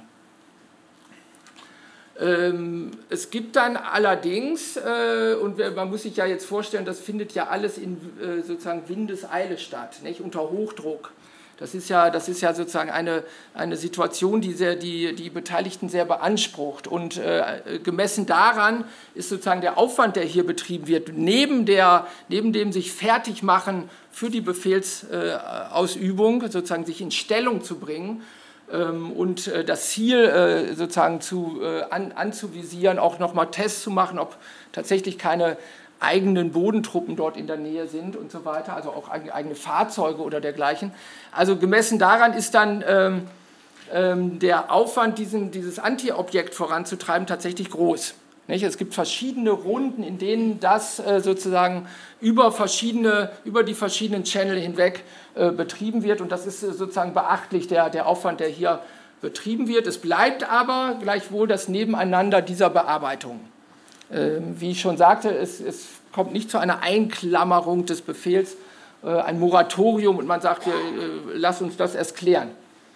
Es gibt dann allerdings, und man muss sich ja jetzt vorstellen, das findet ja alles in sozusagen Windeseile statt, nicht? Unter Hochdruck. Das ist ja sozusagen eine Situation, die Beteiligten sehr beansprucht. Und gemessen daran ist sozusagen der Aufwand, der hier betrieben wird, neben dem sich Fertigmachen für die Befehlsausübung, sozusagen sich in Stellung zu bringen und das Ziel sozusagen anzuvisieren, auch nochmal Tests zu machen, ob tatsächlich keine eigenen Bodentruppen dort in der Nähe sind und so weiter, also auch eigene Fahrzeuge oder dergleichen. Also gemessen daran ist dann der Aufwand, dieses Anti-Objekt voranzutreiben, tatsächlich groß. Nicht? Es gibt verschiedene Runden, in denen das sozusagen über die verschiedenen Channel hinweg betrieben wird, und das ist sozusagen beachtlich, der Aufwand, der hier betrieben wird. Es bleibt aber gleichwohl das Nebeneinander dieser Bearbeitung. Wie ich schon sagte, es kommt nicht zu einer Einklammerung des Befehls, ein Moratorium, und man sagt, lass uns das erst klären.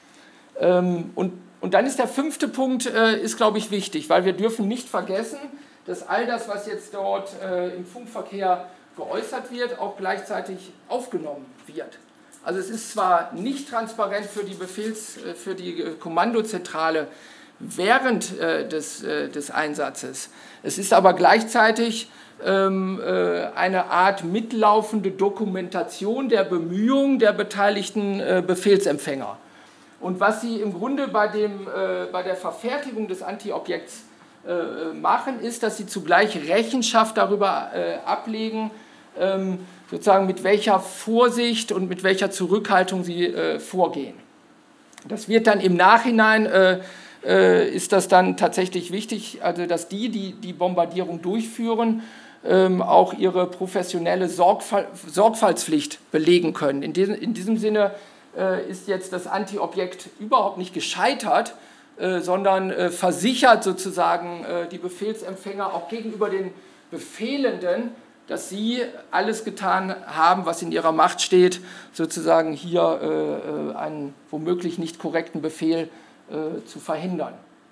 Und dann ist der 5. Punkt, ist, glaube ich, wichtig, weil wir dürfen nicht vergessen, dass all das, was jetzt dort im Funkverkehr geäußert wird, auch gleichzeitig aufgenommen wird. Also es ist zwar nicht transparent für die Kommandozentrale, während des Einsatzes. Es ist aber gleichzeitig eine Art mitlaufende Dokumentation der Bemühungen der beteiligten Befehlsempfänger. Und was Sie im Grunde bei der Verfertigung des Antiobjekts machen, ist, dass Sie zugleich Rechenschaft darüber ablegen, sozusagen mit welcher Vorsicht und mit welcher Zurückhaltung Sie vorgehen. Das wird dann im Nachhinein, ist das dann tatsächlich wichtig, also dass die Bombardierung durchführen, auch ihre professionelle Sorgfaltspflicht belegen können. In diesem Sinne ist jetzt das Antiobjekt überhaupt nicht gescheitert, sondern versichert sozusagen die Befehlsempfänger auch gegenüber den Befehlenden, dass sie alles getan haben, was in ihrer Macht steht, sozusagen hier einen womöglich nicht korrekten Befehl zu verhindern.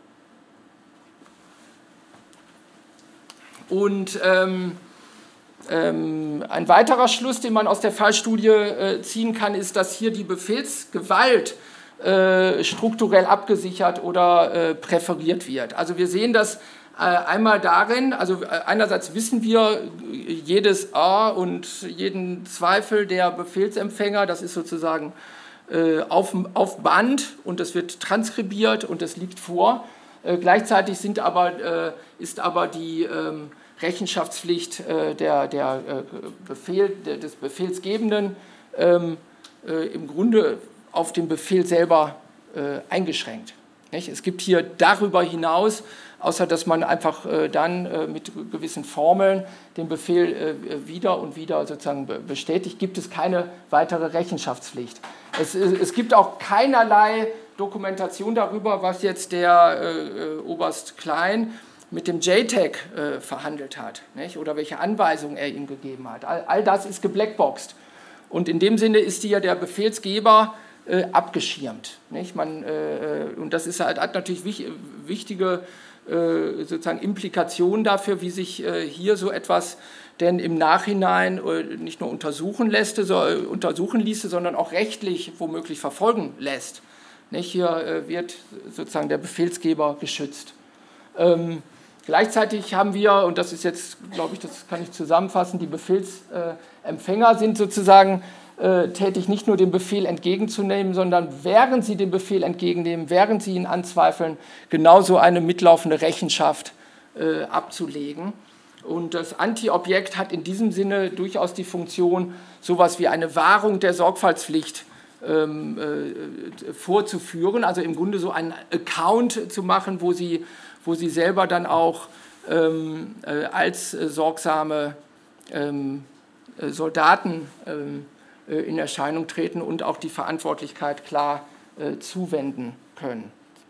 Und ein weiterer Schluss, den man aus der Fallstudie ziehen kann, ist, dass hier die Befehlsgewalt strukturell abgesichert oder präferiert wird. Also wir sehen das einmal darin, also einerseits wissen wir, jedes A und jeden Zweifel der Befehlsempfänger, das ist sozusagen auf Band und das wird transkribiert und das liegt vor. Gleichzeitig ist aber die Rechenschaftspflicht des Befehlsgebenden im Grunde auf den Befehl selber eingeschränkt. Nicht? Es gibt hier darüber hinaus, außer dass man einfach dann mit gewissen Formeln den Befehl wieder und wieder sozusagen bestätigt, gibt es keine weitere Rechenschaftspflicht. Es gibt auch keinerlei Dokumentation darüber, was jetzt der Oberst Klein mit dem JTAG verhandelt hat, nicht? Oder welche Anweisungen er ihm gegeben hat. All das ist geblackboxt. Und in dem Sinne ist hier der Befehlsgeber abgeschirmt. Nicht? Und das hat natürlich wichtige sozusagen Implikationen dafür, wie sich hier so etwas denn im Nachhinein nicht nur untersuchen ließe, sondern auch rechtlich womöglich verfolgen lässt. Nicht? Hier wird sozusagen der Befehlsgeber geschützt. Gleichzeitig haben wir, und das ist jetzt, glaube ich, das kann ich zusammenfassen, die Befehlsempfänger sind sozusagen tätig, nicht nur den Befehl entgegenzunehmen, sondern während sie den Befehl entgegennehmen, während sie ihn anzweifeln, genauso eine mitlaufende Rechenschaft abzulegen. Und das Antiobjekt hat in diesem Sinne durchaus die Funktion, sowas wie eine Wahrung der Sorgfaltspflicht vorzuführen, also im Grunde so einen Account zu machen, wo sie selber dann auch als sorgsame Soldaten in Erscheinung treten und auch die Verantwortlichkeit klar zuwenden können.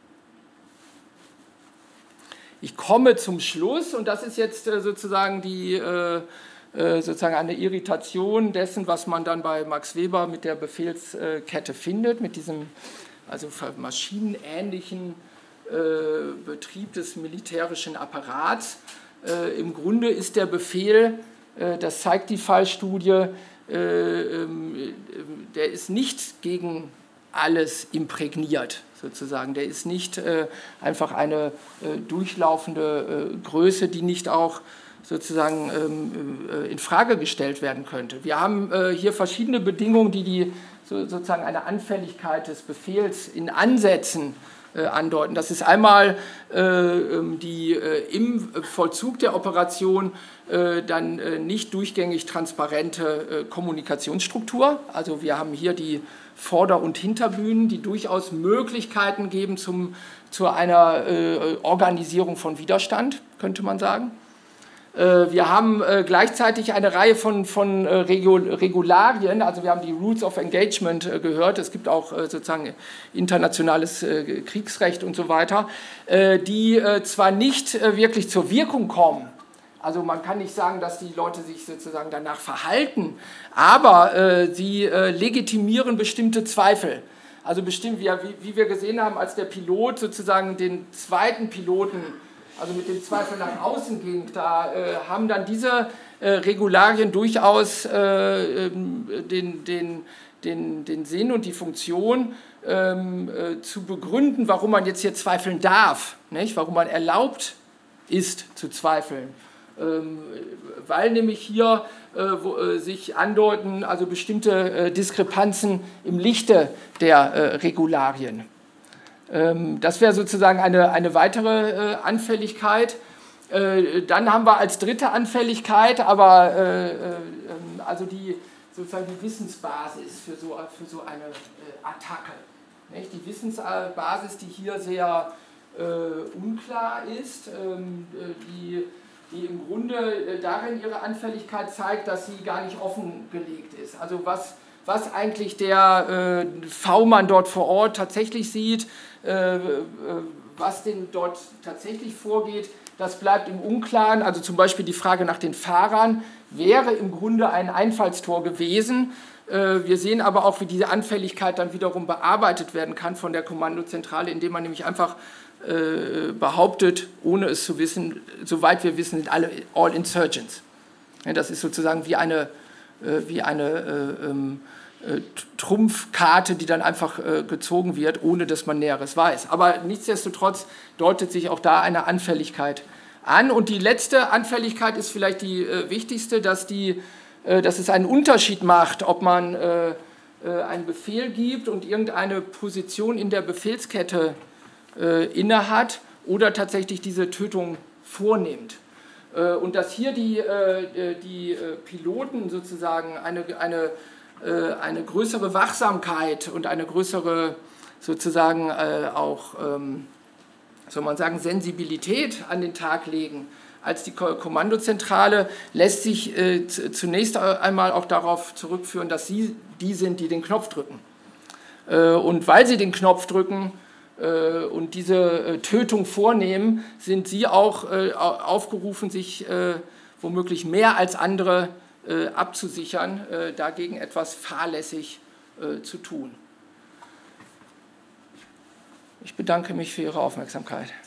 Ich komme zum Schluss und das ist jetzt sozusagen sozusagen eine Irritation dessen, was man dann bei Max Weber mit der Befehlskette findet, mit diesem also maschinenähnlichen Betrieb des militärischen Apparats. Im Grunde ist der Befehl, das zeigt die Fallstudie, der ist nicht gegen alles imprägniert, sozusagen. Der ist nicht einfach eine durchlaufende Größe, die nicht auch sozusagen in Frage gestellt werden könnte. Wir haben hier verschiedene Bedingungen, die sozusagen eine Anfälligkeit des Befehls in Ansätzen andeuten. Das ist einmal die im Vollzug der Operation dann nicht durchgängig transparente Kommunikationsstruktur. Also wir haben hier die Vorder- und Hinterbühnen, die durchaus Möglichkeiten geben zu einer Organisierung von Widerstand, könnte man sagen. Wir haben gleichzeitig eine Reihe von Regularien, also wir haben die Rules of Engagement gehört, es gibt auch sozusagen internationales Kriegsrecht und so weiter, die zwar nicht wirklich zur Wirkung kommen, also man kann nicht sagen, dass die Leute sich sozusagen danach verhalten, aber sie legitimieren bestimmte Zweifel. Also bestimmt, wie wir gesehen haben, als der Pilot sozusagen den zweiten Piloten, also mit dem Zweifel nach außen ging, da haben dann diese Regularien durchaus den den Sinn und die Funktion zu begründen, warum man jetzt hier zweifeln darf, nicht? Warum man erlaubt ist zu zweifeln. Weil nämlich hier sich andeuten, also bestimmte Diskrepanzen im Lichte der Regularien. Das wäre sozusagen eine weitere Anfälligkeit. Dann haben wir als dritte Anfälligkeit aber also sozusagen die Wissensbasis für so eine Attacke. Nicht? Die Wissensbasis, die hier sehr unklar ist, die im Grunde darin ihre Anfälligkeit zeigt, dass sie gar nicht offengelegt ist. Also was eigentlich der V-Mann dort vor Ort tatsächlich sieht, was denn dort tatsächlich vorgeht, das bleibt im Unklaren. Also zum Beispiel die Frage nach den Fahrern wäre im Grunde ein Einfallstor gewesen. Wir sehen aber auch, wie diese Anfälligkeit dann wiederum bearbeitet werden kann von der Kommandozentrale, indem man nämlich einfach behauptet, ohne es zu wissen, soweit wir wissen, sind alle all insurgents. Das ist sozusagen wie eine Trumpfkarte, die dann einfach gezogen wird, ohne dass man Näheres weiß. Aber nichtsdestotrotz deutet sich auch da eine Anfälligkeit an. Und die letzte Anfälligkeit ist vielleicht die wichtigste, dass es einen Unterschied macht, ob man einen Befehl gibt und irgendeine Position in der Befehlskette innehat oder tatsächlich diese Tötung vornimmt. Und dass hier die Piloten sozusagen eine größere Wachsamkeit und eine größere sozusagen auch, soll man sagen, Sensibilität an den Tag legen als die Kommandozentrale, lässt sich zunächst einmal auch darauf zurückführen, dass sie die sind, die den Knopf drücken. Und weil sie den Knopf drücken und diese Tötung vornehmen, sind sie auch aufgerufen, sich womöglich mehr als andere abzusichern, dagegen etwas fahrlässig zu tun. Ich bedanke mich für Ihre Aufmerksamkeit.